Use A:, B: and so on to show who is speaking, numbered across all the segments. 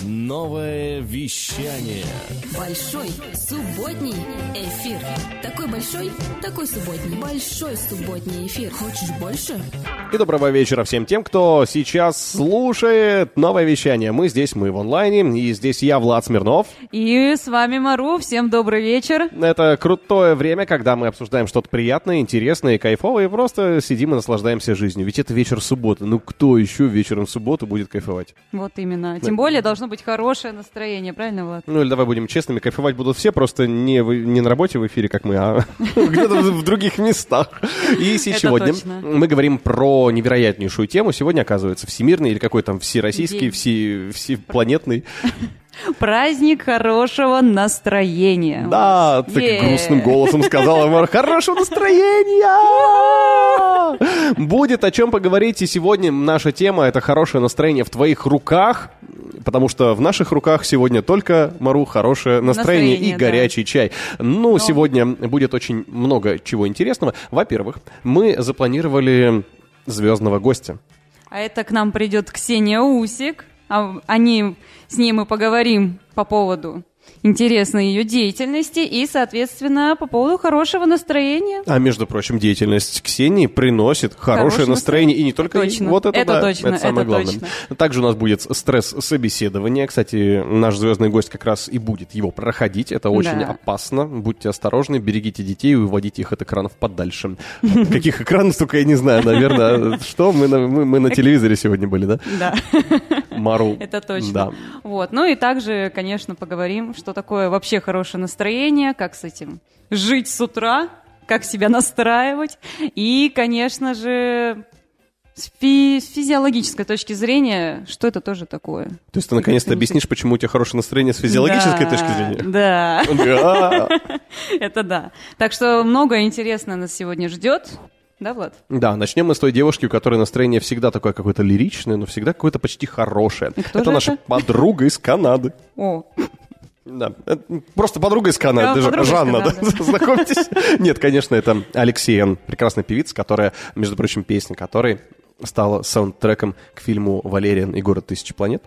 A: Новое вещание.
B: Большой субботний эфир. Такой большой, такой субботний. Большой субботний эфир. Хочешь больше?
C: И доброго вечера всем тем, кто сейчас слушает новое вещание. Мы здесь, мы в онлайне, и здесь я, Влад Смирнов.
D: И с вами Мару. Всем добрый вечер.
C: Это крутое время, когда мы обсуждаем что-то приятное, интересное и кайфовое, и просто сидим и наслаждаемся жизнью. Ведь это вечер субботы. Ну кто еще вечером в субботу будет кайфовать?
D: Вот именно. Тем более должно быть хорошее настроение, правильно, Влад?
C: Ну или давай будем честными, кайфовать будут все, просто не на работе в эфире, как мы, а где-то в других местах. И сегодня мы говорим про невероятнейшую тему. Сегодня, оказывается, всемирный или какой там всероссийский, всепланетный.
D: Праздник хорошего настроения.
C: Да, так грустным голосом сказала Мар. Хорошего настроения! Будет о чем поговорить. И сегодня наша тема — это хорошее настроение в твоих руках. Потому что в наших руках сегодня только, Мару, хорошее настроение и горячий чай. Ну, сегодня будет очень много чего интересного. Во-первых, мы запланировали звездного гостя.
D: А это к нам придет Ксения Усик. С ней мы поговорим по поводу интересной ее деятельности и, соответственно, по поводу хорошего настроения.
C: А между прочим, деятельность Ксении приносит хорошее настроение. И не только
D: точно.
C: Вот это да,
D: точно,
C: это самое главное.
D: Точно.
C: Также у нас будет стресс-собеседование. Кстати, наш звездный гость как раз и будет его проходить. Это очень опасно. Будьте осторожны, берегите детей и уводите их от экранов подальше. Каких экранов, только я не знаю, наверное. Что? Мы на телевизоре сегодня были, да?
D: Да.
C: Мару.
D: Это точно.
C: Да.
D: Вот. Ну и также, конечно, поговорим, что такое вообще хорошее настроение, как с этим жить с утра, как себя настраивать. И, конечно же, с физиологической точки зрения, что это тоже такое.
C: То есть ты наконец-то объяснишь, почему у тебя хорошее настроение с физиологической точки зрения?
D: Да. Это да. Так что много интересного нас сегодня ждет. Да, Влад? Да,
C: начнем мы с той девушки, у которой настроение всегда такое какое-то лиричное, но всегда какое-то почти хорошее. Это наша подруга из Канады.
D: О.
C: Да, просто подруга из Канады, Жанна, да? Знакомьтесь. Нет, конечно, это Алексея, прекрасная певица, которая, между прочим, песня которой стала саундтреком к фильму «Валериан и город тысячи планет».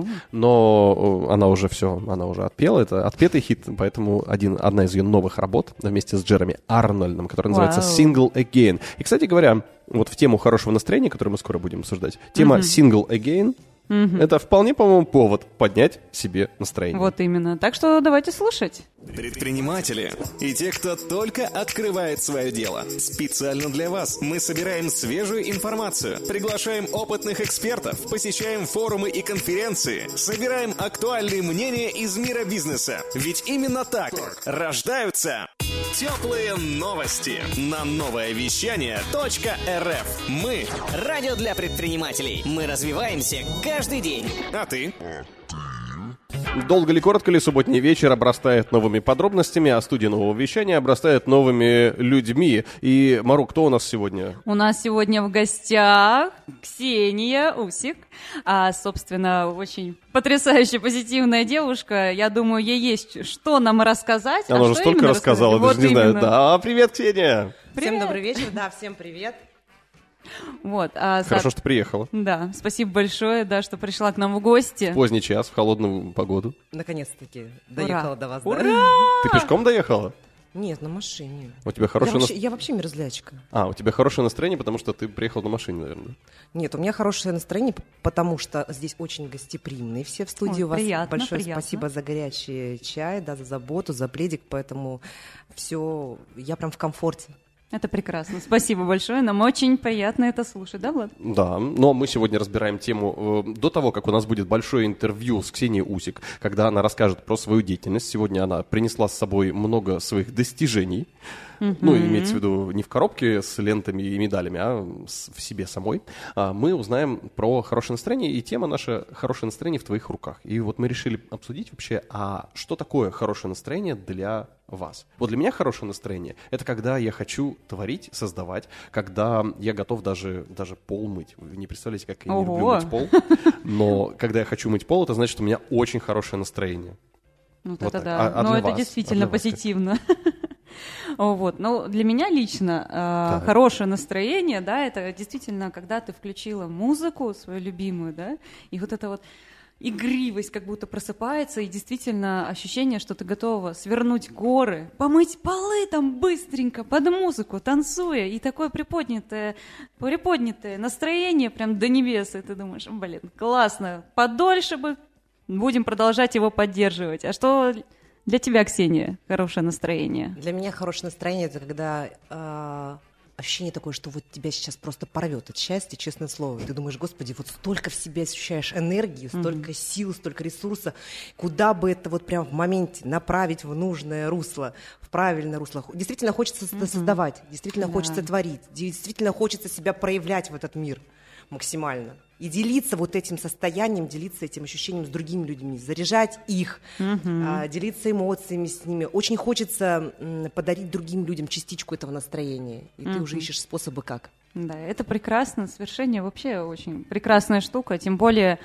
C: Но она уже отпела, это отпетый хит, поэтому одна из ее новых работ вместе с Джереми Арнольдом, которая называется «Single Again». И, кстати говоря, вот в тему хорошего настроения, которую мы скоро будем обсуждать, тема «Single Again» это вполне, по-моему, повод поднять себе настроение.
D: Вот именно. Так что давайте слушать.
A: Предприниматели и те, кто только открывает свое дело. Специально для вас мы собираем свежую информацию, приглашаем опытных экспертов, посещаем форумы и конференции, собираем актуальные мнения из мира бизнеса. Ведь именно так рождаются теплые новости на новоевещание.рф. Мы — радио для предпринимателей. Мы развиваемся каждый день. А ты?
C: Долго ли, коротко ли, субботний вечер обрастает новыми подробностями, а студия нового вещания обрастает новыми людьми. И, Мару, кто у нас сегодня?
D: У нас сегодня в гостях Ксения Усик. Собственно, очень потрясающая, позитивная девушка. Я думаю, ей есть что нам рассказать.
C: Она уже столько рассказала, даже не знаю. Да, привет, Ксения!
E: Привет. Всем добрый вечер, всем привет.
D: Вот,
C: Хорошо, что приехала.
D: Да, спасибо большое, что пришла к нам в гости.
C: В поздний час, в холодную погоду.
E: Наконец-таки доехала до вас.
C: Ура! Да? Ты пешком доехала?
E: Нет, на машине.
C: У тебя хорошее
E: Я вообще мерзлячка.
C: У тебя хорошее настроение, потому что ты приехал на машине, наверное.
E: Нет, у меня хорошее настроение, потому что здесь очень гостеприимные все в студии. У вас большое спасибо за горячий чай, за заботу, за пледик, поэтому все, я прям в комфорте.
D: Это прекрасно. Спасибо большое. Нам очень приятно это слушать, да, Влад?
C: Да, но мы сегодня разбираем тему до того, как у нас будет большое интервью с Ксенией Усик, когда она расскажет про свою деятельность. Сегодня она принесла с собой много своих достижений. Ну, имеется в виду не в коробке с лентами и медалями, а в себе самой. Мы узнаем про хорошее настроение, и тема наша «Хорошее настроение в твоих руках». И вот мы решили обсудить вообще, что такое хорошее настроение для вас. Вот для меня хорошее настроение — это когда я хочу творить, создавать, когда я готов даже пол мыть. Вы не представляете, как я не люблю мыть пол, но когда я хочу мыть пол, это значит, что у меня очень хорошее настроение.
D: Вот это да, но это действительно позитивно. Вот. Но для меня лично хорошее настроение, это действительно, когда ты включила музыку свою любимую, и вот это вот игривость как будто просыпается, и действительно ощущение, что ты готова свернуть горы, помыть полы там быстренько, под музыку, танцуя, и такое приподнятое настроение прям до небес, и ты думаешь, блин, классно, подольше бы будем продолжать его поддерживать. А что для тебя, Ксения, хорошее настроение?
E: Для меня хорошее настроение — это когда ощущение такое, что вот тебя сейчас просто порвет от счастья, честное слово. Ты думаешь, господи, вот столько в себе ощущаешь энергии, столько сил, столько ресурса, куда бы это вот прям в моменте направить в нужное русло, в правильное русло. Действительно хочется создавать, действительно хочется творить, действительно хочется себя проявлять в этот мир максимально. И делиться вот этим состоянием, делиться этим ощущением с другими людьми, заряжать их, делиться эмоциями с ними. Очень хочется подарить другим людям частичку этого настроения. И ты уже ищешь способы как.
D: Да, это прекрасно, совершение вообще очень прекрасная штука. Тем более,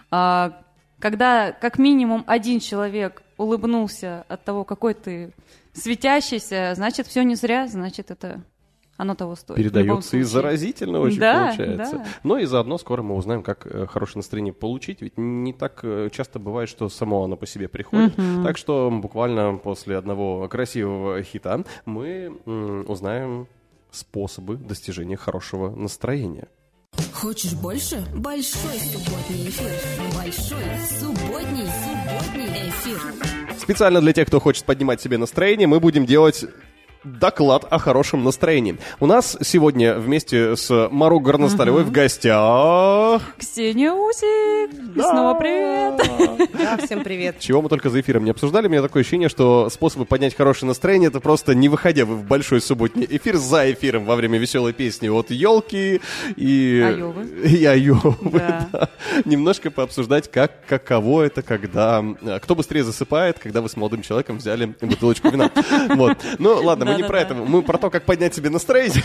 D: когда как минимум один человек улыбнулся от того, какой ты светящийся, значит, все не зря, значит, это... Оно того стоит.
C: Передается и заразительно очень получается.
D: Да.
C: Но и заодно скоро мы узнаем, как хорошее настроение получить. Ведь не так часто бывает, что само оно по себе приходит. Так что буквально после одного красивого хита мы узнаем способы достижения хорошего настроения.
B: Хочешь больше? Большой субботний эфир. Большой субботний эфир.
C: Специально для тех, кто хочет поднимать себе настроение, мы будем делать... доклад о хорошем настроении. У нас сегодня вместе с Мару Горностаевой в гостях...
D: Ксения Усик! Да. Снова привет!
E: Да, всем привет!
C: Чего мы только за эфиром не обсуждали. У меня такое ощущение, что способы поднять хорошее настроение — это просто не выходя в большой субботний эфир, за эфиром во время веселой песни от «Елки» и... Айовы. Да. Немножко пообсуждать, каково это, когда... Кто быстрее засыпает, когда вы с молодым человеком взяли бутылочку вина. Вот. Ну, ладно, мы не про это, мы про то, как поднять себе настроение.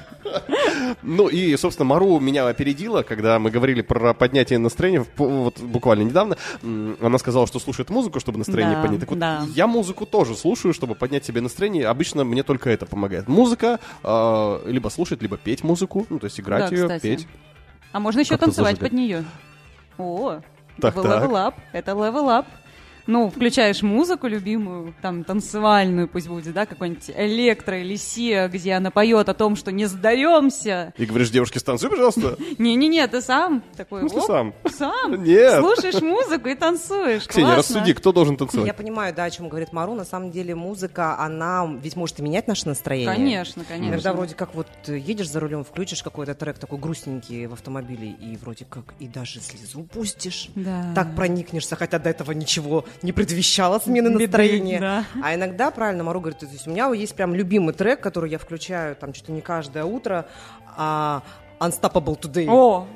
C: Ну и, собственно, Мару меня опередила, когда мы говорили про поднятие настроения, вот буквально недавно. Она сказала, что слушает музыку, чтобы настроение поднять. Так вот, я музыку тоже слушаю, чтобы поднять себе настроение. Обычно мне только это помогает. Музыка, либо слушать, либо петь музыку, ну, то есть играть ее, кстати. Петь.
D: А можно еще танцевать под нее. О, level up, это level up. Ну, включаешь музыку любимую, там, танцевальную пусть будет, да, какой-нибудь электро или сия, где она поет о том, что не сдаемся.
C: И говоришь, девушке, станцуй, пожалуйста.
D: Не-не-не, ты сам такой.
C: Ну, сам.
D: Сам.
C: Нет.
D: Слушаешь музыку и танцуешь.
C: Ксения, рассуди, кто должен танцевать?
E: Я понимаю, да, о чем говорит Мару. На самом деле музыка, она ведь может и менять наше настроение.
D: Конечно.
E: Иногда вроде как вот едешь за рулем, включишь какой-то трек такой грустненький в автомобиле, и вроде как и даже слезу пустишь. Да. Так проникнешься, хотя до этого ничего не предвещало смены настроения. Да. А иногда, правильно, Мару говорит, то есть у меня есть прям любимый трек, который я включаю там чуть ли не каждое утро, Unstoppable Today.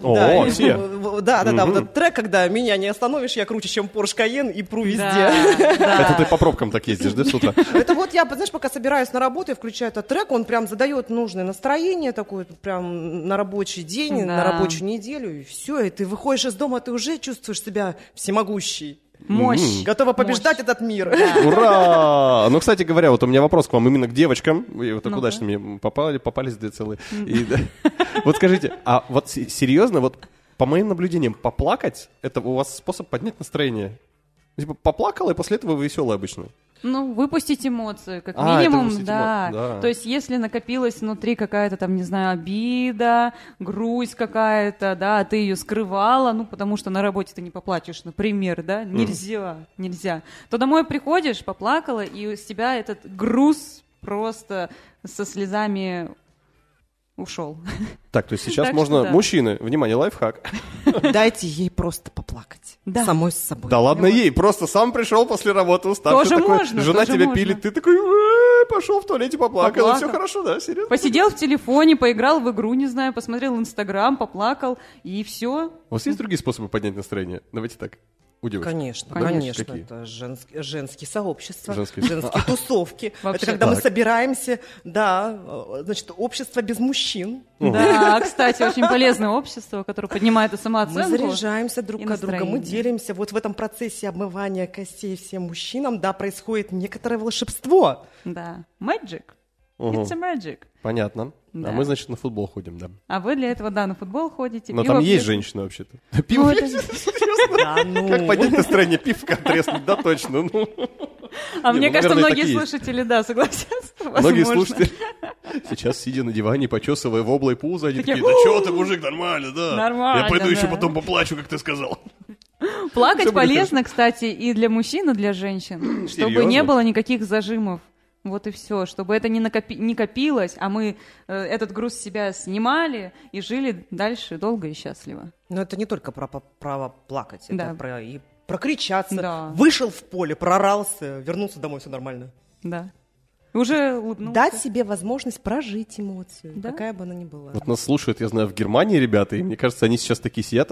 E: Да, вот этот трек, когда меня не остановишь, я круче, чем Porsche Cayenne, и пру везде.
C: Это ты по пробкам так ездишь, да, с утра?
E: Это вот я, знаешь, пока собираюсь на работу, я включаю этот трек, он прям задает нужное настроение такое, прям на рабочий день, на рабочую неделю, и все, и ты выходишь из дома, ты уже чувствуешь себя всемогущей.
D: Мощь.
E: Готова побеждать этот мир.
C: Да. Ура! Ну, кстати говоря, вот у меня вопрос к вам именно к девочкам. Вы вот так удачно мне попались две целые. Вот скажите, а вот серьезно, вот по моим наблюдениям, поплакать — это у вас способ поднять настроение? Типа поплакала, и после этого вы веселая обычно?
D: Ну, выпустить эмоции, как минимум, да. То есть, если накопилась внутри какая-то там, не знаю, обида, грусть какая-то, да, а ты ее скрывала, ну, потому что на работе ты не поплачешь, например, да, нельзя. То домой приходишь, поплакала, и с тебя этот груз просто со слезами ушел.
C: Так, то есть сейчас можно... Мужчины, внимание, лайфхак.
E: Дайте ей просто поплакать. Да. Самой с собой.
C: Да ладно ей, просто сам пришел после работы уставший такой, жена тебя пилит, ты такой, пошел в туалете, поплакал, и все хорошо, да, серьезно.
D: Посидел в телефоне, поиграл в игру, не знаю, посмотрел Инстаграм, поплакал, и все.
C: У вас есть другие способы поднять настроение? Давайте так. У девушек.
E: Конечно. Какие? Это женские сообщества, женские тусовки. Это когда мы собираемся, да, значит, общество без мужчин.
D: Да, кстати, очень полезное общество, которое поднимает и самооценку.
E: Мы заряжаемся друг от друга, мы делимся. Вот в этом процессе обмывания костей всем мужчинам, да, происходит некоторое волшебство.
D: Да, magic. It's a magic.
C: Понятно. Да. А мы, значит, на футбол ходим, да.
D: А вы для этого, да, на футбол ходите.
C: Но там есть женщины вообще-то. Пиво как поднять настроение, пивка треснуть, да, точно.
D: А мне кажется, многие слушатели, да, согласятся.
C: Многие слушатели сейчас, сидя на диване, почесывая воблой пузо, они такие, да чего ты, мужик, нормально, да.
D: Нормально,
C: я пойду еще потом поплачу, как ты сказал.
D: Плакать полезно, кстати, и для мужчин, и для женщин. Чтобы не было никаких зажимов. Вот и все, чтобы это не копилось, а мы этот груз с себя снимали и жили дальше долго и счастливо.
E: Но это не только про право плакать,
D: да.
E: Это про и прокричаться,
D: да.
E: Вышел в поле, прорался, вернулся домой, все нормально.
D: Да. Уже улыбнулся.
E: Дать себе возможность прожить эмоцию,
D: да?
E: какая бы она ни была.
C: Вот нас слушают, я знаю, в Германии ребята, и мне кажется, они сейчас такие сидят.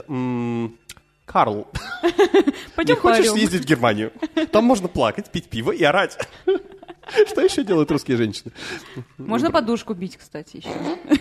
C: Карл, не хочешь съездить в Германию? Там можно плакать, пить пиво и орать. Что еще делают русские женщины?
D: Можно подушку бить, кстати, еще.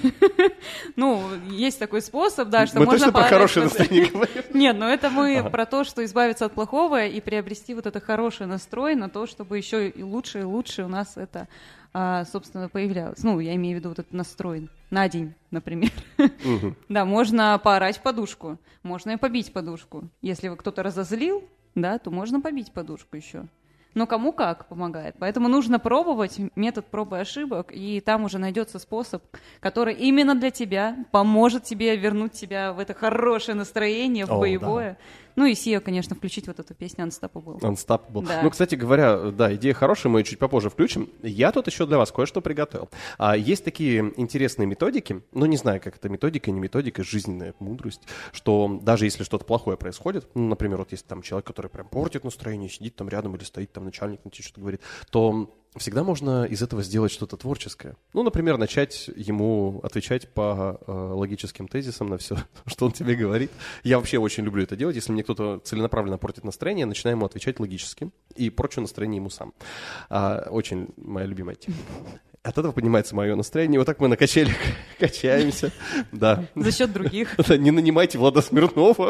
D: Ну, есть такой способ, да, что
C: мы
D: можно...
C: Мы точно про хорошее настроение говорим.
D: Нет, но это мы про то, что избавиться от плохого и приобрести вот это хороший настрой на то, чтобы еще и лучше у нас это, собственно, появлялось. Ну, я имею в виду вот этот настрой на день, например. Да, можно поорать в подушку, можно и побить подушку. Если кто-то разозлил, да, то можно побить подушку еще. Но кому как помогает. Поэтому нужно пробовать метод проб и ошибок, и там уже найдется способ, который именно для тебя поможет тебе вернуть тебя в это хорошее настроение, в боевое. Да. Ну и Сиа, конечно, включить вот эту песню Unstoppable.
C: Unstoppable.
D: Да.
C: Ну, кстати говоря, да, идея хорошая, мы ее чуть попозже включим. Я тут еще для вас кое-что приготовил. Есть такие интересные методики, ну, не знаю, как это методика, не методика, жизненная мудрость, что даже если что-то плохое происходит, ну, например, вот есть там человек, который прям портит настроение, сидит там рядом или стоит там начальник, на тебе что-то говорит, то всегда можно из этого сделать что-то творческое. Ну, например, начать ему отвечать по логическим тезисам на все, что он тебе говорит. Я вообще очень люблю это делать. Если мне кто-то целенаправленно портит настроение, я начинаю ему отвечать логически и порчу настроение ему сам. Очень моя любимая тема. От этого поднимается мое настроение. Вот так мы на качелях качаемся. Да.
D: За счет других.
C: Не нанимайте Влада Смирнова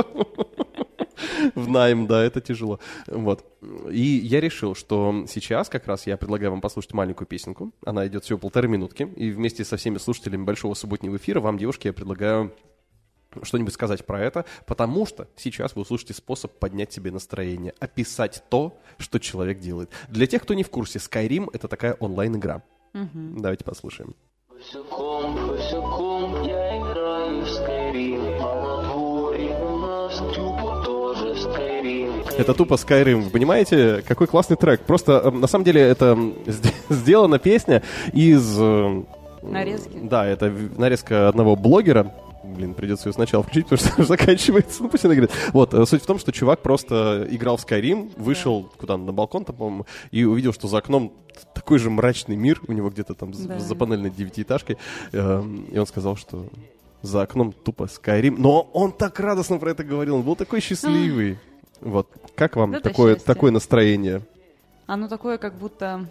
C: в найм, да, это тяжело. Вот. И я решил, что сейчас как раз я предлагаю вам послушать маленькую песенку. Она идет всего 1,5 минутки. И вместе со всеми слушателями большого субботнего эфира вам, девушки, я предлагаю что-нибудь сказать про это, потому что сейчас вы услышите способ поднять себе настроение, описать то, что человек делает. Для тех, кто не в курсе, Skyrim — это такая онлайн-игра. Давайте послушаем. Я играю в Skyrim, а на дворе у нас тупо тоже Skyrim. Это тупо Skyrim. Вы понимаете, какой классный трек? Просто, на самом деле, это сделана песня из...
D: Нарезки.
C: Да, это нарезка одного блогера. Блин, придется ее сначала включить, потому что заканчивается. Ну, пусть она играет. Вот, суть в том, что чувак просто играл в Skyrim, вышел куда-то на балкон, по-моему, и увидел, что за окном такой же мрачный мир, у него где-то там за панельной 9-этажкой, и он сказал, что за окном тупо Skyrim. Но он так радостно про это говорил, он был такой счастливый. Вот, как вам такое настроение?
D: Оно такое, как будто...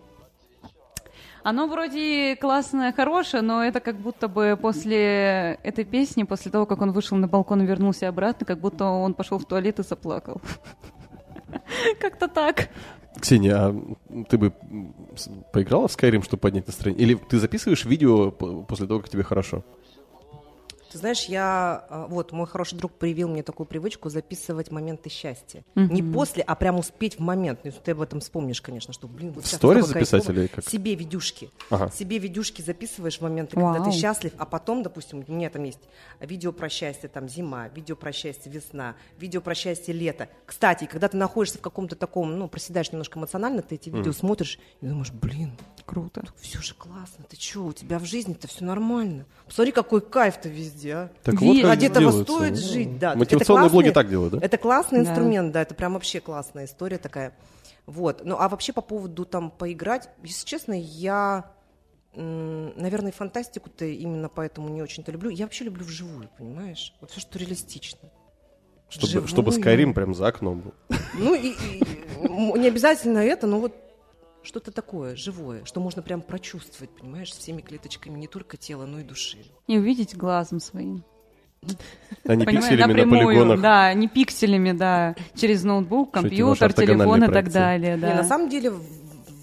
D: Оно вроде классное, хорошее, но это как будто бы после этой песни, после того, как он вышел на балкон и вернулся обратно, как будто он пошел в туалет и заплакал. Как-то так.
C: Ксения, а ты бы поиграла в Skyrim, чтобы поднять настроение? Или ты записываешь видео после того, как тебе хорошо?
E: Ты знаешь, вот мой хороший друг привил мне такую привычку записывать моменты счастья. Не после, а прям успеть в момент. Ну, ты об этом вспомнишь, конечно, что, блин, вот
C: в сторис записать или как?
E: Себе видюшки.
C: Ага.
E: Себе видюшки записываешь в моменты, когда ты счастлив, а потом, допустим, у меня там есть видео про счастье, там, зима, видео про счастье, весна, видео про счастье, лето. Кстати, когда ты находишься в каком-то таком, проседаешь немножко эмоционально, ты эти видео смотришь и думаешь, блин, круто, все же классно, ты что, у тебя в жизни-то все нормально. Посмотри, какой кайф-то везде.
C: Так вот,
E: ради этого стоит жить, да.
C: Мотивационные блоги так делают, да?
E: Это классный инструмент, да, это прям вообще классная история такая. Вот. Ну, а вообще по поводу там поиграть, если честно, я, наверное, фантастику-то именно поэтому не очень-то люблю. Я вообще люблю вживую, понимаешь? Вот все, что реалистично.
C: Чтобы Skyrim прям за окном был.
E: Ну, и не обязательно это, но вот что-то такое живое, что можно прям прочувствовать, понимаешь, всеми клеточками не только тела, но и души.
D: И увидеть глазом своим.
C: А не пикселями напрямую, на полигонах.
D: Да, не пикселями, да, через ноутбук, компьютер, телефон и так далее. Да.
E: Не, на самом деле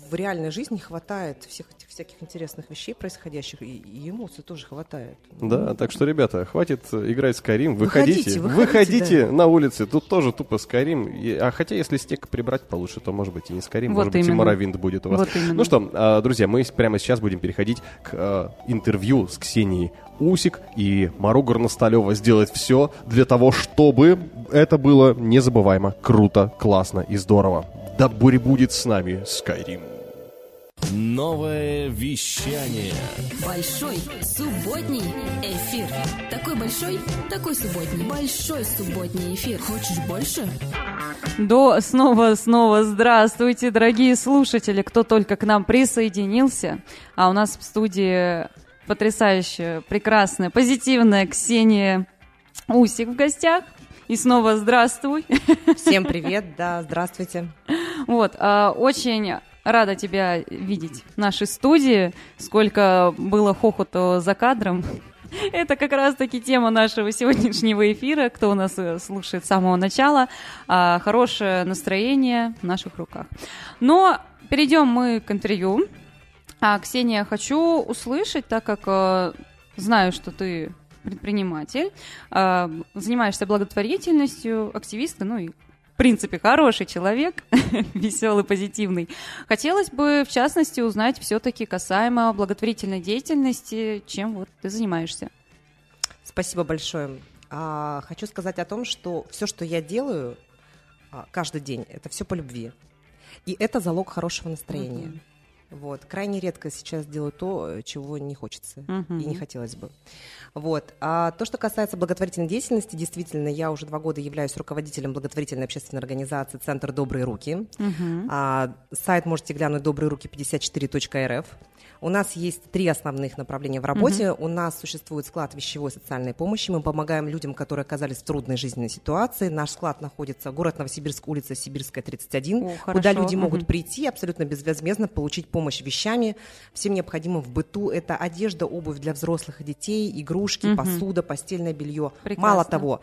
E: в реальной жизни хватает всех этих всяких интересных вещей происходящих, и эмоций тоже хватает.
C: Да, так что, ребята, хватит играть в Skyrim, выходите на улицы, тут тоже тупо Skyrim, а хотя если стек прибрать получше, то, может быть, и не Skyrim,
D: вот
C: может быть, и Morrowind будет у вас. Ну что, друзья, мы прямо сейчас будем переходить к интервью с Ксенией Усик, и Мару Горносталева сделает все для того, чтобы это было незабываемо, круто, классно и здорово. Да будет с нами Skyrim.
A: Новое вещание.
B: Большой субботний эфир. Такой большой, такой субботний. Большой субботний эфир. Хочешь больше?
D: Снова здравствуйте, дорогие слушатели, кто только к нам присоединился. А у нас в студии потрясающая, прекрасная, позитивная Ксения Усик в гостях. И снова здравствуй.
E: Всем привет, да, здравствуйте.
D: Вот, очень рада тебя видеть в нашей студии. Сколько было хохота за кадром. Это как раз-таки тема нашего сегодняшнего эфира. Кто у нас слушает с самого начала. Хорошее настроение в наших руках. Но перейдем мы к интервью. Ксения, хочу услышать, так как знаю, что ты предприниматель, занимаешься благотворительностью, активистка, ну и, в принципе, хороший человек, веселый, позитивный. Хотелось бы, в частности, узнать все-таки касаемо благотворительной деятельности, чем вот ты занимаешься.
E: Спасибо большое. Хочу сказать о том, что все, что я делаю каждый день, это все по любви. И это залог хорошего настроения. Вот. Крайне редко сейчас делаю то, чего не хочется и не хотелось бы. Вот. А то, что касается благотворительной деятельности, действительно, я уже 2 года являюсь руководителем благотворительной общественной организации «Центр Добрые руки». Сайт можете глянуть добрыеруки54.рф. У нас есть 3 основных направления в работе. У нас существует склад вещевой социальной помощи. Мы помогаем людям, которые оказались в трудной жизненной ситуации. Наш склад находится город Новосибирск, улица Сибирская, 31, куда люди могут прийти абсолютно безвозмездно, получить помощь вещами, всем необходимым в быту. Это одежда, обувь для взрослых и детей, игрушки, посуда, постельное белье.
D: Прекрасно.
E: Мало того,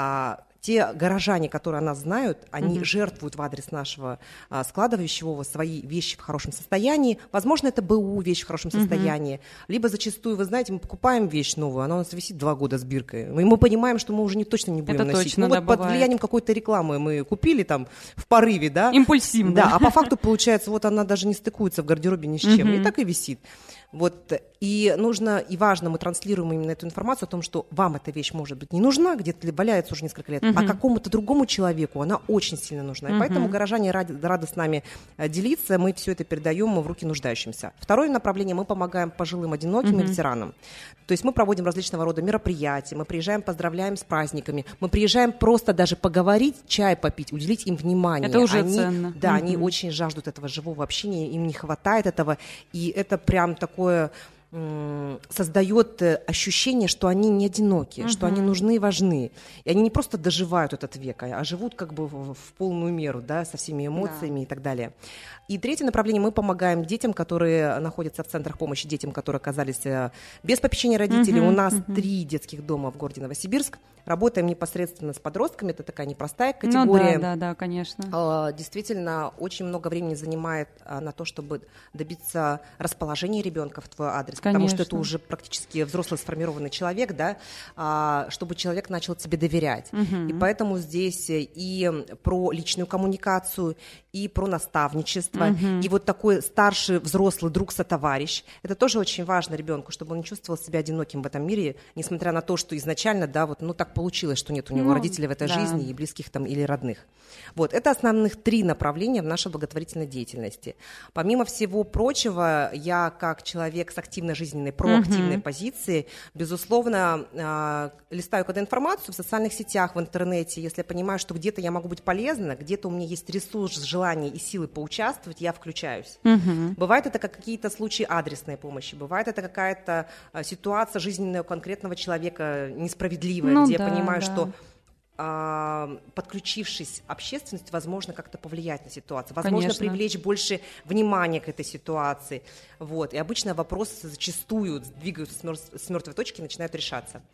E: те горожане, которые нас знают, они жертвуют в адрес нашего склада вещевого свои вещи в хорошем состоянии. Возможно, это БУ вещь в хорошем состоянии. Либо зачастую, вы знаете, мы покупаем вещь новую, она у нас висит 2 года с биркой. И мы понимаем, что мы уже точно не будем носить.
D: Точно,
E: вот под влиянием какой-то рекламы мы купили там в порыве, да?
D: Импульсивно.
E: Да, а по факту получается, вот она даже не стыкуется в гардеробе ни с чем. И так и висит. Вот, и нужно, и важно, мы транслируем именно эту информацию о том, что вам эта вещь, может быть, не нужна, где-то валяется уже несколько лет, а какому-то другому человеку она очень сильно нужна. И поэтому горожане рады с нами делиться, мы все это передаем в руки нуждающимся. Второе направление, мы помогаем пожилым, одиноким и ветеранам. То есть мы проводим различного рода мероприятия, мы приезжаем, поздравляем с праздниками, мы приезжаем просто даже поговорить, чай попить, уделить им внимание.
D: Это уже ценно.
E: Да, они очень жаждут этого живого общения, им не хватает этого, и это прям такое создает ощущение, что они не одиноки, что они нужны и важны. И они не просто доживают этот век, а живут как бы в полную меру, да, со всеми эмоциями и так далее. И третье направление, мы помогаем детям, которые находятся в центрах помощи детям, которые оказались без попечения родителей. У нас 3 детских дома в городе Новосибирск. Работаем непосредственно с подростками, это такая непростая категория.
D: Ну да, конечно.
E: Действительно, очень много времени занимает на то, чтобы добиться расположения ребенка в твой адрес, потому что это уже практически взрослый сформированный человек, да, чтобы человек начал тебе доверять. И поэтому здесь и про личную коммуникацию, и про наставничество, и вот такой старший взрослый друг-сотоварищ. Это тоже очень важно ребенку, чтобы он не чувствовал себя одиноким в этом мире, несмотря на то, что изначально, да, вот, ну так получилось, что нет у него родителей в этой жизни и близких там или родных. Вот, это основных 3 направления в нашей благотворительной деятельности. Помимо всего прочего, я как человек с активной жизненной, проактивной позицией, безусловно, листаю когда информацию в социальных сетях, в интернете, если я понимаю, что где-то я могу быть полезна, где-то у меня есть ресурс, желание и силы поучаствовать, я включаюсь. Бывает это как какие-то случаи адресной помощи, бывает это какая-то ситуация жизненная у конкретного человека несправедливая, где я понимаю, что подключившись общественности, возможно как-то повлиять на ситуацию, возможно привлечь больше внимания к этой ситуации. Вот. И обычно вопросы зачастую двигаются с мертвой точки и начинают решаться.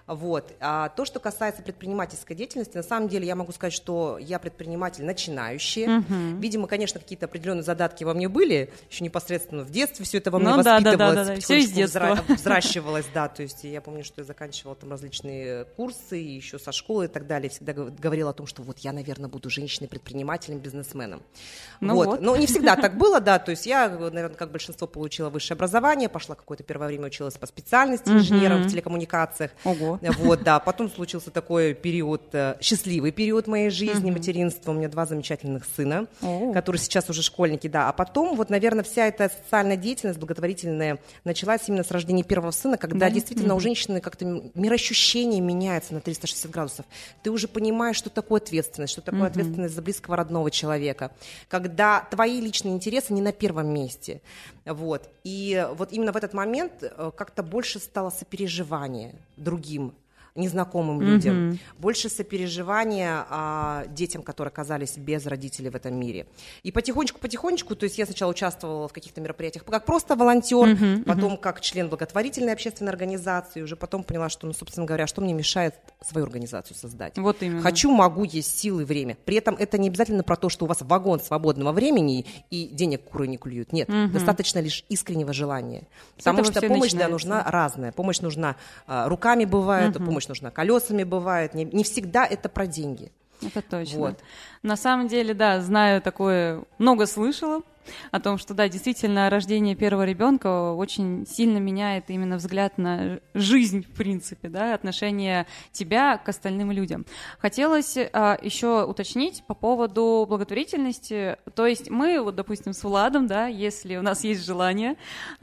E: Вот. А то, что касается предпринимательской деятельности, на самом деле я могу сказать, что я предприниматель начинающий. Видимо, конечно, какие-то определенные задатки во мне были, еще непосредственно в детстве все это во мне воспитывалось,
D: все из детства.
E: Взращивалось, да, то есть я помню, что я заканчивала там различные курсы, еще со школы и так далее, всегда говорила о том, что вот я, наверное, буду женщиной-предпринимателем, бизнесменом. Вот. Но не всегда так было, да, то есть я, наверное, как большинство, получила высшее образование, пошла какое-то первое время училась по специальности инженером в телекоммуникациях.
D: Ого.
E: Вот, да, потом случился такой период, счастливый период моей жизни, материнства. У меня 2 замечательных сына, которые сейчас уже школьники, да. А потом, вот, наверное, вся эта социальная деятельность благотворительная началась именно с рождения первого сына, когда действительно у женщины как-то мироощущение меняется на 360 градусов. Ты уже понимаешь, что такое ответственность, что такое ответственность за близкого родного человека, когда твои личные интересы не на первом месте. Вот. И вот именно в этот момент как-то больше стало сопереживание другим незнакомым людям, больше сопереживания детям, которые оказались без родителей в этом мире. И потихонечку, то есть я сначала участвовала в каких-то мероприятиях как просто волонтер, потом как член благотворительной общественной организации, уже потом поняла, что, ну, собственно говоря, что мне мешает свою организацию создать.
D: Вот именно.
E: Хочу, могу, есть силы и время. При этом это не обязательно про то, что у вас вагон свободного времени и денег куры не клюют. Нет, достаточно лишь искреннего желания. Потому что помощь, да, нужна разная. Помощь нужна руками бывает, помощь нужна колесами бывает, не всегда это про деньги.
D: Это точно.
E: Вот.
D: На самом деле, да, знаю такое, много слышала о том, что, да, действительно, рождение первого ребенка очень сильно меняет именно взгляд на жизнь, в принципе, да, отношение тебя к остальным людям. Хотелось еще уточнить по поводу благотворительности. То есть мы, вот, допустим, с Владом, да, если у нас есть желание,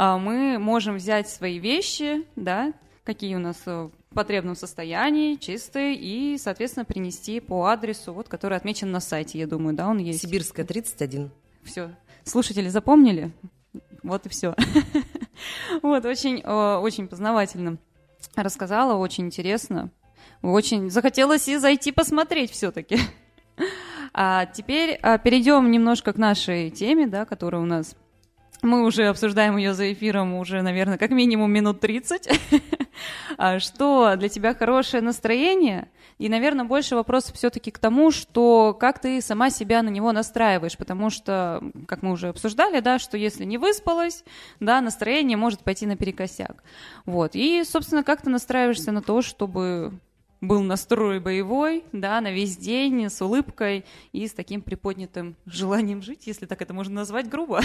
D: мы можем взять свои вещи, да, какие у нас в потребном состоянии, чистые, и, соответственно, принести по адресу, вот, который отмечен на сайте, я думаю, да, он есть.
E: Сибирская, 31.
D: Все. Слушатели запомнили? Вот и все. Вот, очень познавательно рассказала, очень интересно. Очень захотелось и зайти посмотреть все-таки. А теперь перейдем немножко к нашей теме, да, которая у нас... Мы уже обсуждаем ее за эфиром уже, наверное, как минимум минут 30. Что для тебя хорошее настроение? И, наверное, больше вопросов все-таки к тому, что как ты сама себя на него настраиваешь, потому что, как мы уже обсуждали, да, что если не выспалась, да, настроение может пойти наперекосяк. Вот. И, собственно, как ты настраиваешься на то, чтобы был настрой боевой, да, на весь день, с улыбкой и с таким приподнятым желанием жить, если так это можно назвать грубо.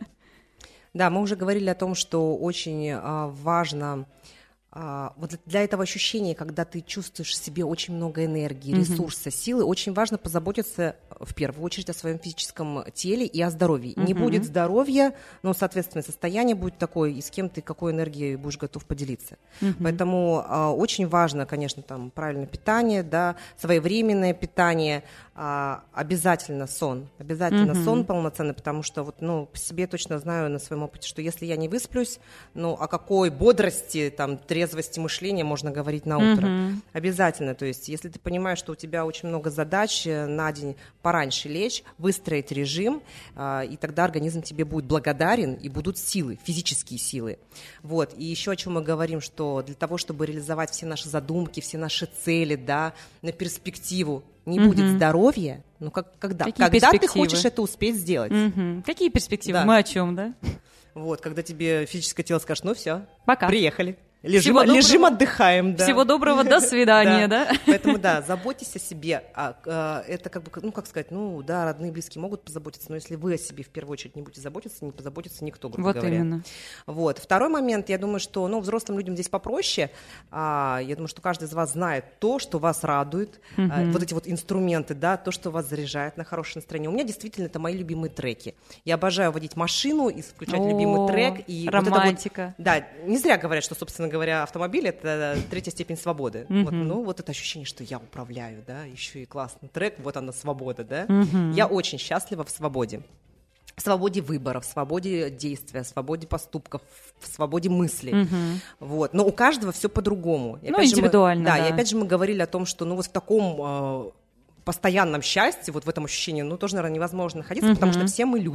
E: Да, мы уже говорили о том, что очень важно вот для этого ощущения, когда ты чувствуешь в себе очень много энергии, ресурса, силы, очень важно позаботиться в первую очередь о своем физическом теле и о здоровье. Не будет здоровья, но, соответственно, состояние будет такое, и с кем ты какой энергией будешь готов поделиться. Поэтому очень важно, конечно, там правильное питание, да, своевременное питание, обязательно сон. Обязательно сон полноценный, потому что вот, ну, по себе точно знаю на своем опыте, что если я не высплюсь, ну, о какой бодрости, там, трезвости мышления можно говорить на утро. Обязательно. То есть, если ты понимаешь, что у тебя очень много задач на день, пораньше лечь, выстроить режим, и тогда организм тебе будет благодарен, и будут силы, физические силы. Вот. И еще о чем мы говорим, что для того, чтобы реализовать все наши задумки, все наши цели, да, на перспективу, не будет здоровья, ну когда ты хочешь это успеть сделать?
D: Какие перспективы? Да. Мы о чем, да?
E: Вот, когда тебе физическое тело скажет, ну все,
D: пока,
E: приехали. Лежим, отдыхаем. Да.
D: Всего доброго, до свидания, да?
E: Поэтому, да, заботьтесь о себе. Это как бы, ну, как сказать, ну, да, родные, близкие могут позаботиться, но если вы о себе в первую очередь не будете заботиться, не позаботится никто, грубо говоря. Вот именно. Вот. Второй момент, я думаю, что, ну, взрослым людям здесь попроще. Я думаю, что каждый из вас знает то, что вас радует, вот эти вот инструменты, да, то, что вас заряжает на хорошее настроение. У меня действительно это мои любимые треки. Я обожаю водить машину и включать любимый трек. И
D: романтика.
E: Вот это вот, да, не зря говорят, что, собственно говоря, автомобиль — это 3-я степень свободы. Вот, ну, вот это ощущение, что я управляю, да, еще и классный трек, вот она, свобода, да. Я очень счастлива в свободе. В свободе выбора, в свободе действия, в свободе поступков, в свободе мысли. Вот. Но у каждого все по-другому. И,
D: ну, индивидуально,
E: да. И опять же мы говорили о том, что, ну, вот в таком постоянном счастье, вот в этом ощущении, ну, тоже, наверное, невозможно находиться, потому что все мы люди.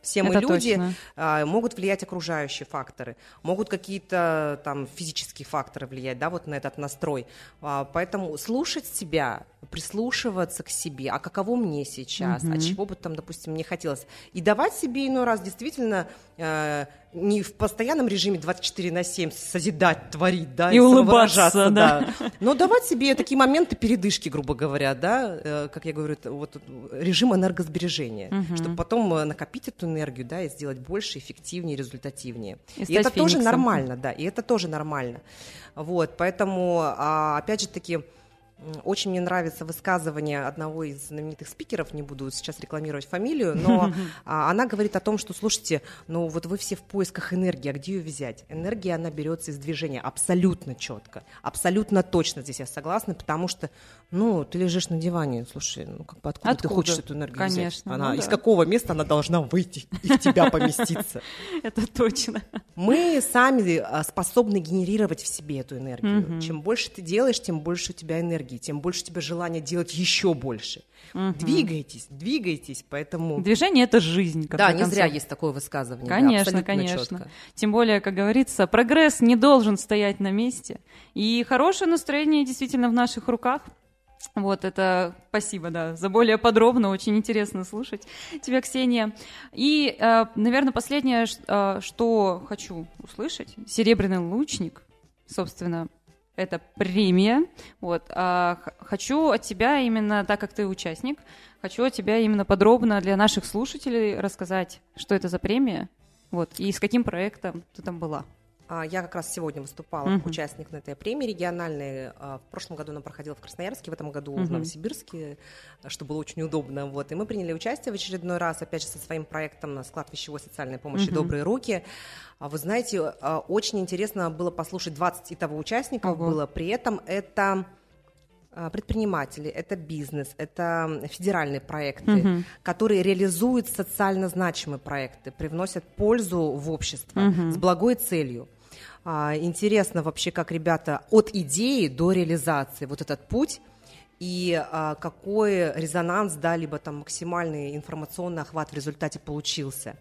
E: Все мы люди, могут влиять окружающие факторы, могут какие-то там физические факторы влиять, да, вот на этот настрой. Поэтому слушать себя, прислушиваться к себе, а каково мне сейчас, а чего бы там, допустим, мне хотелось. И давать себе иной раз действительно не в постоянном режиме 24/7 созидать, творить, да,
D: и улыбаться,
E: да. Но давать себе такие моменты передышки, грубо говоря, да, как я говорю, вот режим энергосбережения, чтобы потом накопить эту энергию, да, и сделать больше, эффективнее, результативнее. И это тоже нормально, да, и это тоже нормально. Вот, поэтому, опять же таки, очень мне нравится высказывание одного из знаменитых спикеров, не буду сейчас рекламировать фамилию, но она говорит о том, что, слушайте, ну вот вы все в поисках энергии, а где ее взять? Энергия, она берется из движения абсолютно четко, абсолютно точно, здесь я согласна, потому что, ну, ты лежишь на диване, слушай, ну как бы откуда ты хочешь эту энергию взять? Она, из какого места она должна выйти и в тебя поместиться?
D: Это точно.
E: Мы сами способны генерировать в себе эту энергию. Чем больше ты делаешь, тем больше у тебя энергии, тем больше у тебя желания делать еще больше. Двигайтесь, поэтому...
D: Движение — это жизнь.
E: Да, не зря есть такое высказывание.
D: Конечно,
E: да,
D: конечно.
E: Четко.
D: Тем более, как говорится, прогресс не должен стоять на месте. И хорошее настроение действительно в наших руках. Вот это спасибо, да, за более подробно, очень интересно слушать тебя, Ксения. И, наверное, последнее, что хочу услышать, «Серебряный лучник», собственно, это премия. Вот. Хочу от тебя именно, так как ты участник, хочу от тебя именно подробно для наших слушателей рассказать, что это за премия, вот, и с каким проектом ты там была.
E: Я как раз сегодня выступала как участник на этой премии региональной. В прошлом году она проходила в Красноярске, в этом году в Новосибирске, что было очень удобно. Вот. И мы приняли участие в очередной раз, опять же, со своим проектом на склад пищевой социальной помощи «Добрые руки». Вы знаете, очень интересно было послушать 20 итого участников было. При этом это предприниматели, это бизнес, это федеральные проекты, которые реализуют социально значимые проекты, привносят пользу в общество с благой целью. Интересно вообще, как ребята от идеи до реализации, вот этот путь, и какой резонанс, да, либо там максимальный информационный охват в результате получился.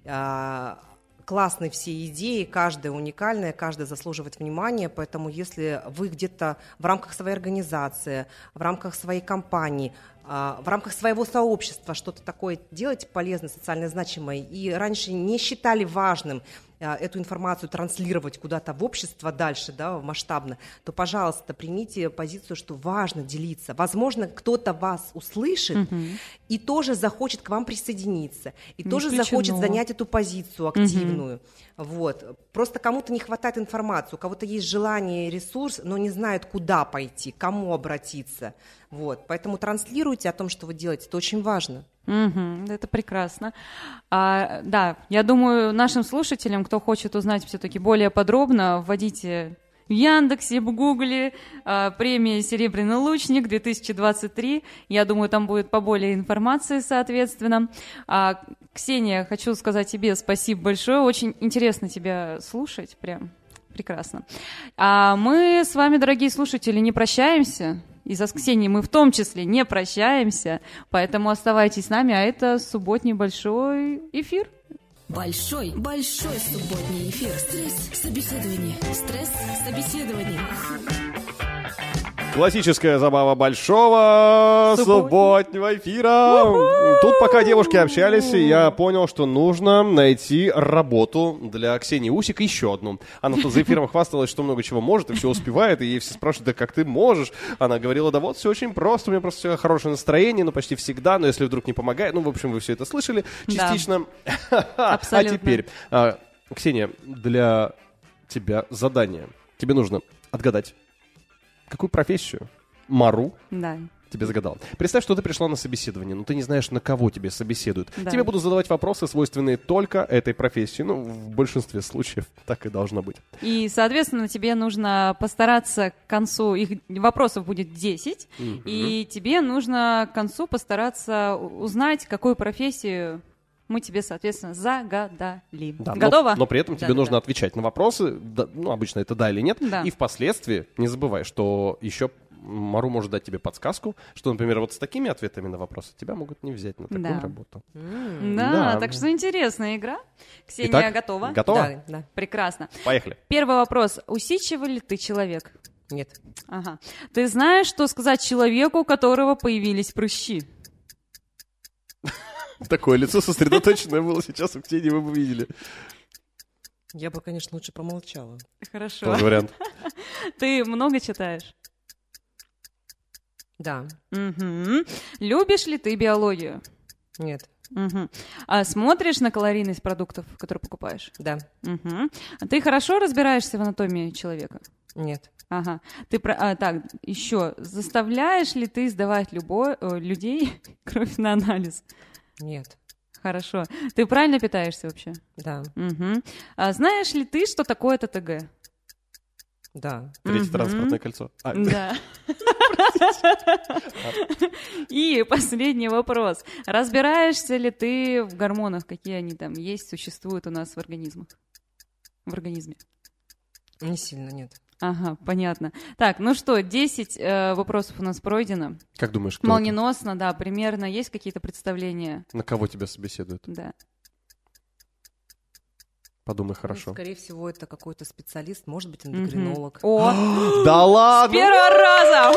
E: Классные все идеи, каждая уникальная, каждая заслуживает внимания, поэтому если вы где-то в рамках своей организации, в рамках своей компании, в рамках своего сообщества что-то такое делаете полезное, социально значимое, и раньше не считали важным эту информацию транслировать куда-то в общество дальше, да, масштабно, то, пожалуйста, примите позицию, что важно делиться. Возможно, кто-то вас услышит и тоже захочет к вам присоединиться, и тоже захочет занять эту позицию активную. Вот. Просто кому-то не хватает информации, у кого-то есть желание и ресурс, но не знают, куда пойти, к кому обратиться. Вот. Поэтому транслируйте о том, что вы делаете, это очень важно.
D: Это прекрасно. Да, я думаю, нашим слушателям, кто хочет узнать все-таки более подробно, вводите в Яндексе, в Гугле премия «Серебряный лучник» 2023. Я думаю, там будет поболее информации, соответственно. Ксения, хочу сказать тебе спасибо большое. Очень интересно тебя слушать, прям прекрасно. Мы с вами, дорогие слушатели, не прощаемся. И за Ксенией мы в том числе не прощаемся, поэтому оставайтесь с нами, а это субботний большой эфир.
B: Большой субботний эфир. Стресс-собеседование. Стресс-собеседование.
C: Классическая забава большого субботнего эфира. Тут пока девушки общались, я понял, что нужно найти работу для Ксении Усик, еще одну. Она тут за эфиром хвасталась, что много чего может и все успевает, и ей все спрашивают, да как ты можешь? Она говорила, да вот все очень просто, у меня просто хорошее настроение, ну почти всегда, но если вдруг не помогает, ну в общем вы все это слышали частично.
D: Да. Абсолютно.
C: А теперь, Ксения, для тебя задание. Тебе нужно отгадать, какую профессию Мару тебе загадала. Представь, что ты пришла на собеседование, но ты не знаешь, на кого тебе собеседуют. Да. Тебе будут задавать вопросы, свойственные только этой профессии. Ну, в большинстве случаев так и должно быть.
D: И, соответственно, тебе нужно постараться к концу, их вопросов будет 10, и тебе нужно к концу постараться узнать, какую профессию мы тебе, соответственно, загадали.
C: Да,
D: Готово?
C: Но при этом тебе нужно отвечать на вопросы, ну, обычно это да или нет, и впоследствии не забывай, что еще Мару может дать тебе подсказку, что, например, вот с такими ответами на вопросы тебя могут не взять на такую работу.
D: Да, так что интересная игра. Ксения,
C: Итак,
D: готова?
C: Готова?
E: Да.
D: Прекрасно.
C: Поехали.
D: Первый вопрос. Усидчивый ли ты человек?
E: Нет.
D: Ага. Ты знаешь, что сказать человеку, у которого появились прыщи?
C: Такое лицо сосредоточенное было сейчас у Ксении, вы бы видели.
E: Я бы, конечно, лучше промолчала.
D: Хорошо.
C: Тоже вариант.
D: Ты много читаешь?
E: Да.
D: Угу. Любишь ли ты биологию?
E: Нет.
D: Угу. А смотришь на калорийность продуктов, которые покупаешь?
E: Да.
D: Угу. А ты хорошо разбираешься в анатомии человека?
E: Нет.
D: Ага. Так, еще. Заставляешь ли ты сдавать людей кровь на анализ?
E: Нет.
D: Хорошо. Ты правильно питаешься вообще?
E: Да.
D: Угу. А знаешь ли ты, что такое ТТГ?
E: Да.
C: Третье транспортное кольцо.
D: Да. И последний вопрос. Разбираешься ли ты в гормонах, какие они там есть, существуют у нас в организмах? В организме?
E: Не сильно, нет.
D: Ага, понятно. Так, ну что, 10 вопросов у нас пройдено.
C: Как думаешь, кто
D: Молниеносно, да, примерно. Есть какие-то представления?
C: На кого тебя собеседуют?
D: Да.
C: Подумай хорошо.
E: Скорее всего, это какой-то специалист, может быть, эндокринолог.
D: О,
C: Да ладно!
D: с первого раза!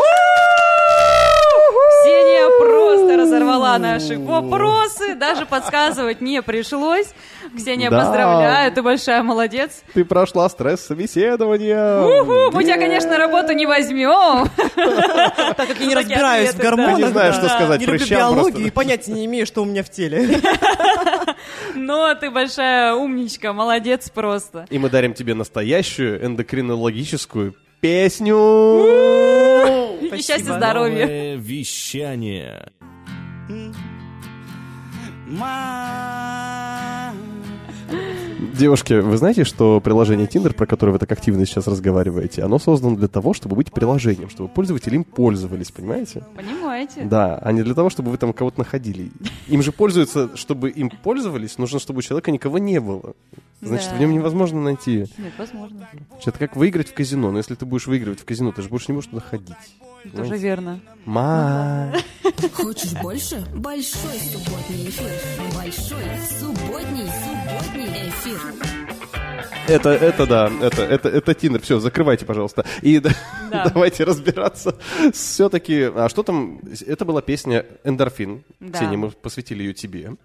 D: Ксения просто разорвала наши вопросы, даже подсказывать не пришлось. Ксения, поздравляю, ты большая молодец.
C: Ты прошла стресс-собеседование.
D: Мы тебя, конечно, работу не возьмем.
E: Так как я не разбираюсь в гормонах,
C: не знаю, что сказать
E: не люблю
C: прыщам
E: биологию
C: просто.
E: и понятия не имею, что у меня в теле.
D: Но ты большая умничка, молодец просто.
C: И мы дарим тебе настоящую эндокринологическую песню.
D: И счастья, здоровья.
F: Новое вещание.
C: Девушки, вы знаете, что приложение Tinder, про которое вы так активно сейчас разговариваете, оно создано для того, чтобы быть приложением, чтобы пользователи им пользовались, понимаете?
D: Понимаете?
C: Да, а не для того, чтобы вы там кого-то находили. Им же пользуются, чтобы им пользовались, нужно, чтобы у человека никого не было. Значит,
D: Да.
C: в нем невозможно найти.
D: Нет, возможно.
C: Это как выиграть в казино. Но если ты будешь выигрывать в казино, ты же больше не будешь туда ходить.
D: Тоже верно.
B: Хочешь больше? Большой субботний эфир. Большой субботний эфир.
C: Это Тиндер. Все, закрывайте, пожалуйста. И давайте разбираться. Все-таки, а что там? Это была песня «Эндорфин».
D: Да.
C: Ксения, мы посвятили ее тебе.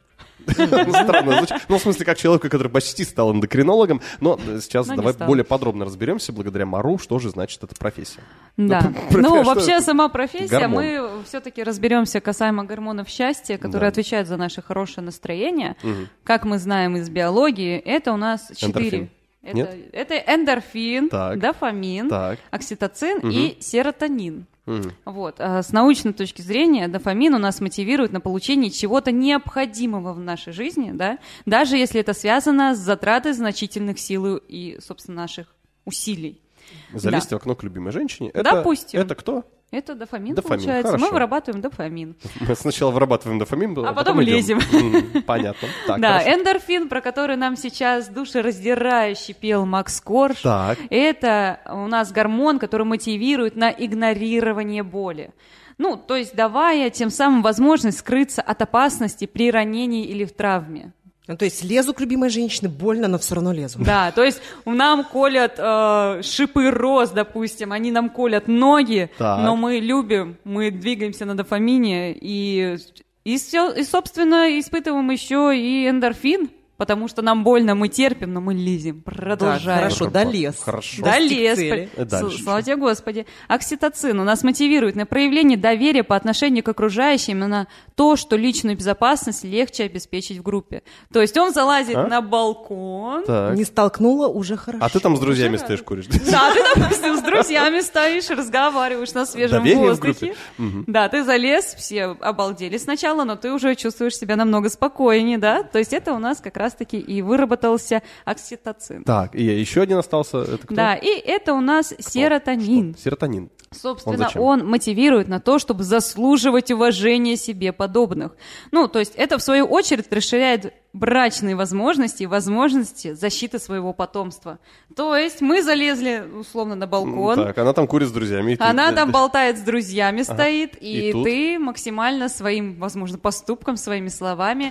C: Странно звучит. Ну, в смысле, как человеку, который почти стал эндокринологом. Но сейчас давай более подробно разберемся, благодаря Мару, что же значит эта профессия.
D: Да. Ну, вообще сама профессия, мы все-таки разберемся касаемо гормонов счастья, которые отвечают за наше хорошее настроение. Как мы знаем из биологии, это у нас 4. Это эндорфин, дофамин, окситоцин и серотонин. Вот. С научной точки зрения дофамин у нас мотивирует на получение чего-то необходимого в нашей жизни, да? Даже если это связано с затратой значительных сил и, собственно, наших усилий.
C: Залезть в окно к любимой женщине.
D: Допустим.
C: Это кто?
D: Это дофамин, получается.
C: Хорошо.
D: Мы вырабатываем дофамин.
C: Мы сначала вырабатываем дофамин,
D: а потом лезем.
C: Понятно. Так,
D: да,
C: хорошо.
D: эндорфин, про который нам сейчас душераздирающе пел Макс Корж,
C: Так.
D: это у нас гормон, который мотивирует на игнорирование боли. Ну, то есть давая тем самым возможность скрыться от опасности при ранении или в травме.
E: Ну, то есть лезу к любимой женщине, больно, но все равно лезу.
D: Да, то есть нам колят шипы роз, допустим, они нам колят ноги, но мы любим, мы двигаемся на дофамине и, собственно, испытываем еще и эндорфин, потому что нам больно, мы терпим, но мы лезем, продолжаем.
E: Так, хорошо, долез.
C: Хорошо.
D: Долез. Слава тебе, Господи. Окситоцин у нас мотивирует на проявление доверия по отношению к окружающим, на то, что личную безопасность легче обеспечить в группе. То есть он залазит на балкон.
C: Так.
E: Не столкнула, уже хорошо.
C: А ты там с друзьями стоишь, куришь?
D: Да, ты, допустим, с друзьями стоишь, разговариваешь на свежем
C: Доверие
D: воздухе. Да, ты залез, все обалдели сначала, но ты уже чувствуешь себя намного спокойнее, да? То есть это у нас как раз-таки и выработался окситоцин.
C: Так, и еще один остался. Это кто?
D: Да, и это у нас серотонин.
C: Что? Серотонин.
D: Собственно, он мотивирует на то, чтобы заслуживать уважения себе подобных. Ну, то есть это, в свою очередь, расширяет брачные возможности и возможности защиты своего потомства. То есть мы залезли, условно, на балкон.
C: Так, она там курит с друзьями.
D: Она там болтает с друзьями, стоит, и ты максимально своим, возможно, поступком, своими словами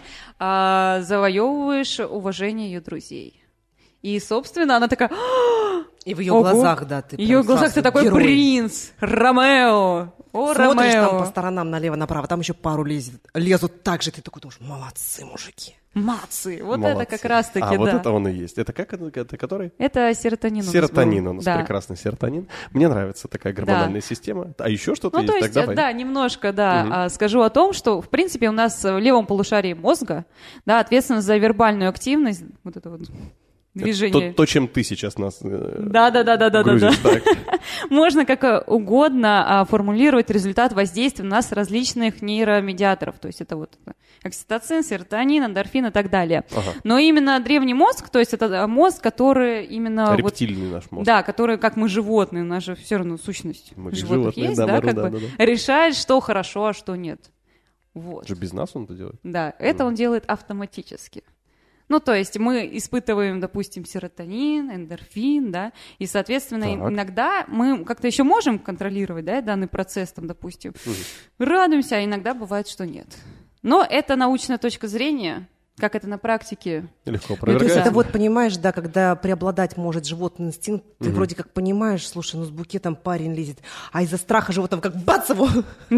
D: завоевываешь уважение ее друзей. И, собственно, она такая...
E: И в ее глазах, да, ты
D: в ее глазах ты такой
E: герой.
D: Принц, Ромео. О,
E: смотришь
D: Ромео.
E: там по сторонам, налево-направо, там еще пару лезут так же, ты такой думаешь, молодцы, мужики.
D: Молодцы. Вот
C: Молодцы.
D: это как раз-таки, да.
C: Вот это он и есть. Это как? Это который?
D: Это серотонин.
C: Серотонин у нас,
D: да.
C: прекрасный серотонин. Мне нравится такая гормональная система. А еще что-то есть?
D: То есть,
C: так давай.
D: да, немножко, да, скажу о том, что, в принципе, у нас в левом полушарии мозга, да, ответственно за вербальную активность, вот это вот движение.
C: То, чем ты сейчас нас
D: грузишь, да. Можно как угодно формулировать результат воздействия на нас различных нейромедиаторов. То есть это вот окситоцин, серотонин, эндорфин и так далее. Ага. Но именно древний мозг, то есть это мозг, который именно...
C: Рептильный наш мозг.
D: Да, который, как мы животные, у нас же все равно сущность животных есть, да, как бы решает, что хорошо, а что нет. Вот.
C: Же без нас он это делает?
D: Да, это он делает автоматически. Ну, то есть мы испытываем, допустим, серотонин, эндорфин, да, и, соответственно, иногда мы как-то еще можем контролировать, да, данный процесс, там, допустим, радуемся, а иногда бывает, что нет. Но это научная точка зрения, как это на практике.
C: Легко опровергается.
E: Это вот, понимаешь, да, когда преобладать может животный инстинкт, ты вроде как понимаешь, слушай, ну с букетом парень лезет, а из-за страха животного как бац его.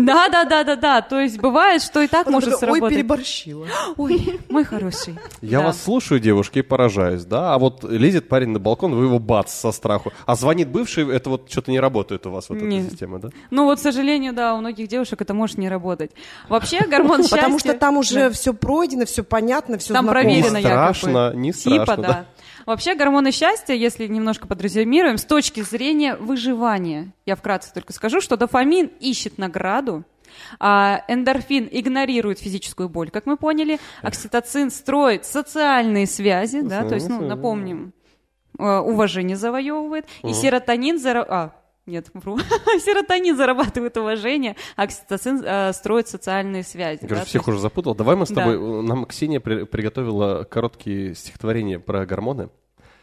D: Да, то есть бывает, что и так может сработать.
E: Ой, переборщила.
D: Ой, мой хороший.
C: Я вас слушаю, девушки, и поражаюсь, да, а вот лезет парень на балкон, вы его бац со страху, а звонит бывший, это вот что-то не работает у вас, вот эта система, да?
D: Ну вот, к сожалению, да, у многих девушек это может не работать. Вообще гормон счастья...
E: Потому что там уже все пройдено, все понятно, все
D: там
E: знакомо.
D: проверено,
C: не страшно, не страшно.
D: Типа, да. Вообще гормоны счастья, если немножко подрезюмируем, с точки зрения выживания, я вкратце только скажу, что дофамин ищет награду, а эндорфин игнорирует физическую боль, как мы поняли, окситоцин строит социальные связи, да, то есть, напомним, уважение завоевывает, и серотонин серотонин зарабатывает уважение, а окситоцин строит социальные связи.
C: Я всех уже запутал. Давай мы с тобой... Нам Ксения приготовила короткие стихотворения про гормоны.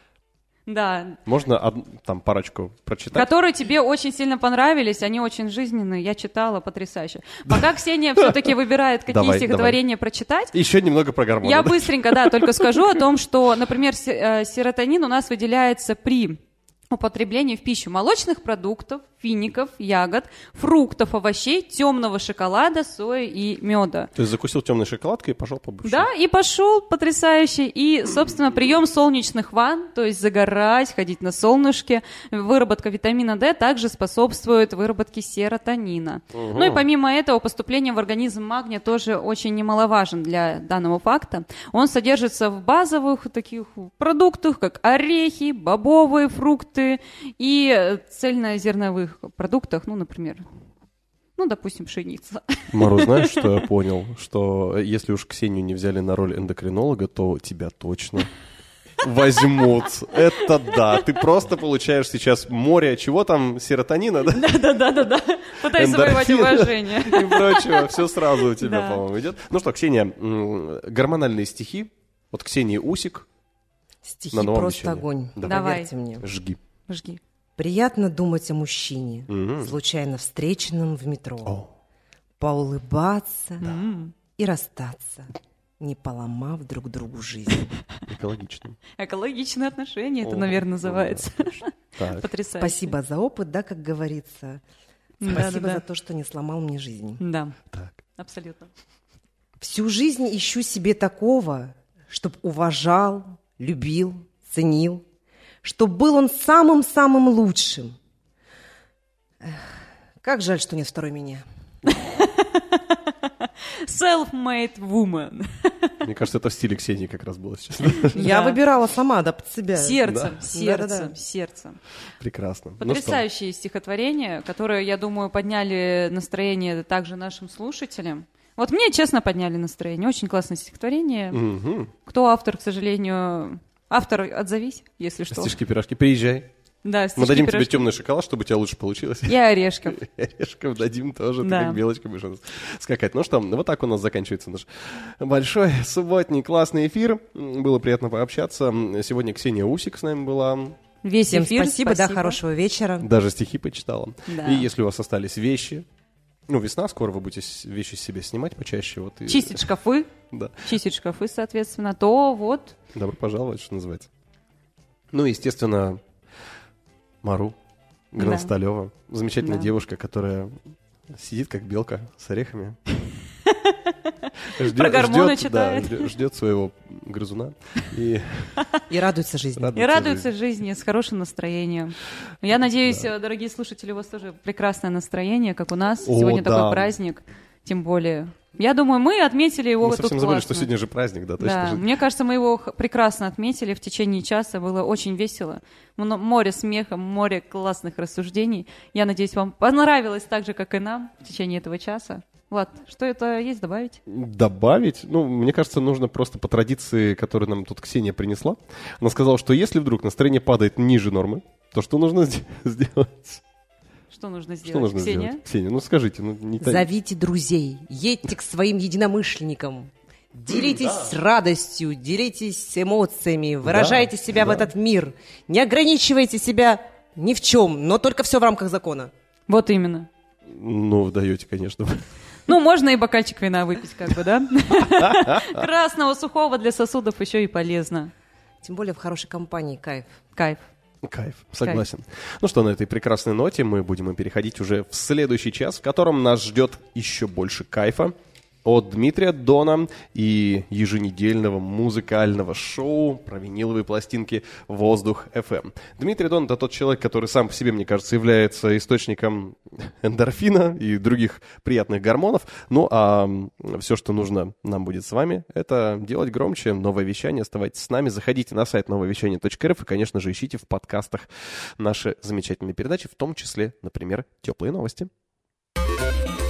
D: Да.
C: Можно там парочку прочитать?
D: Которые тебе очень сильно понравились, они очень жизненные, я читала, потрясающе. Пока Ксения все-таки выбирает, какие стихотворения прочитать...
C: Еще немного про гормоны.
D: Я быстренько, только скажу о том, что, например, серотонин у нас выделяется при употреблении в пищу молочных продуктов, фиников, ягод, фруктов, овощей, темного шоколада, сои и меда.
C: То есть закусил темной шоколадкой и пошел по бывшей.
D: Да, и пошел потрясающе. И, собственно, прием солнечных ванн, то есть загорать, ходить на солнышке, выработка витамина D также способствует выработке серотонина. Ну и помимо этого, поступление в организм магния тоже очень немаловажен для данного факта. Он содержится в базовых таких продуктах, как орехи, бобовые фрукты и цельнозерновых продуктах, ну, например, допустим, пшеница.
C: Мару, знаешь, что я понял? Что если уж Ксению не взяли на роль эндокринолога, то тебя точно возьмут. Это да. Ты просто получаешь сейчас море, чего там, серотонина, да?
D: Да. Пытаюсь завоевать уважение.
C: И прочего. Все сразу у тебя, по-моему, идет. Ну что, Ксения, гормональные стихи. Вот Ксения Усик.
E: Стихи просто огонь.
D: Давай.
E: Поверьте мне.
C: Жги.
E: Приятно думать о мужчине, случайно встреченном в метро. Поулыбаться и расстаться, не поломав друг другу жизнь.
D: Экологичные отношения, это, наверное, называется. Потрясающе.
E: Спасибо за опыт, да, как говорится. Спасибо за то, что не сломал мне жизнь.
D: Да, абсолютно.
E: Всю жизнь ищу себе такого, чтоб уважал, любил, ценил, чтоб был он самым-самым лучшим. Как жаль, что нет второй меня.
D: Self-made woman.
C: Мне кажется, это в стиле Ксении как раз было сейчас.
E: Я выбирала сама, да, под себя.
D: Сердцем.
C: Прекрасно.
D: Потрясающие стихотворения, которые, я думаю, подняли настроение также нашим слушателям. Вот мне, честно, подняли настроение. Очень классное стихотворение. Кто автор, к сожалению... Автор, отзовись, если что.
C: Стишки-пирожки, приезжай.
D: Да,
C: мы дадим тебе темный шоколад, чтобы у тебя лучше получилось.
D: И орешков.
C: Орешков дадим тоже, ты как белочка будешь у нас скакать. Ну что, вот так у нас заканчивается наш большой субботний классный эфир. Было приятно пообщаться. Сегодня Ксения Усик с нами была.
E: Весь эфир. Спасибо, да, хорошего вечера.
C: Даже стихи почитала. Да. И если у вас остались вещи, весна, скоро вы будете вещи себе снимать почаще. Вот,
D: чистить шкафы.
C: Да.
D: Чистить шкафы, соответственно, то вот.
C: Добро пожаловать, что называется. Ну, естественно, Мару Грансталева. Замечательная девушка, которая сидит как белка с орехами.
D: Про гормоны читает.
C: Ждет своего грызуна. И
E: радуется жизни.
D: И радуется жизни с хорошим настроением. Я надеюсь, дорогие слушатели, у вас тоже прекрасное настроение, как у нас. Сегодня такой праздник. Тем более... Я думаю, мы отметили его тут классно. Мы совсем забыли,
C: что сегодня же праздник, да, точно.
D: Да, мне кажется, мы его прекрасно отметили в течение часа, было очень весело. Море смеха, море классных рассуждений. Я надеюсь, вам понравилось так же, как и нам в течение этого часа. Влад, что это есть добавить?
C: Добавить? Мне кажется, нужно просто по традиции, которую нам тут Ксения принесла. Она сказала, что если вдруг настроение падает ниже нормы, то что нужно сделать?
D: Что нужно сделать, Ксения?
C: Ксения, скажите.
E: Зовите друзей, едьте к своим единомышленникам, делитесь радостью, делитесь эмоциями, выражайте себя в этот мир. Не ограничивайте себя ни в чем, но только все в рамках закона.
D: Вот именно.
C: Даете, конечно.
D: Можно и бокальчик вина выпить, да? Красного, сухого для сосудов еще и полезно.
E: Тем более в хорошей компании кайф.
C: Кайф, согласен. Ну что, на этой прекрасной ноте мы будем переходить уже в следующий час, в котором нас ждет еще больше кайфа от Дмитрия Дона и еженедельного музыкального шоу про виниловые пластинки «Воздух FM». Дмитрий Дон — это тот человек, который сам по себе, мне кажется, является источником эндорфина и других приятных гормонов. А все, что нужно нам будет с вами, это делать громче, новое вещание. Оставайтесь с нами, заходите на сайт нововещание.рф и, конечно же, ищите в подкастах наши замечательные передачи, в том числе, например, «Теплые новости».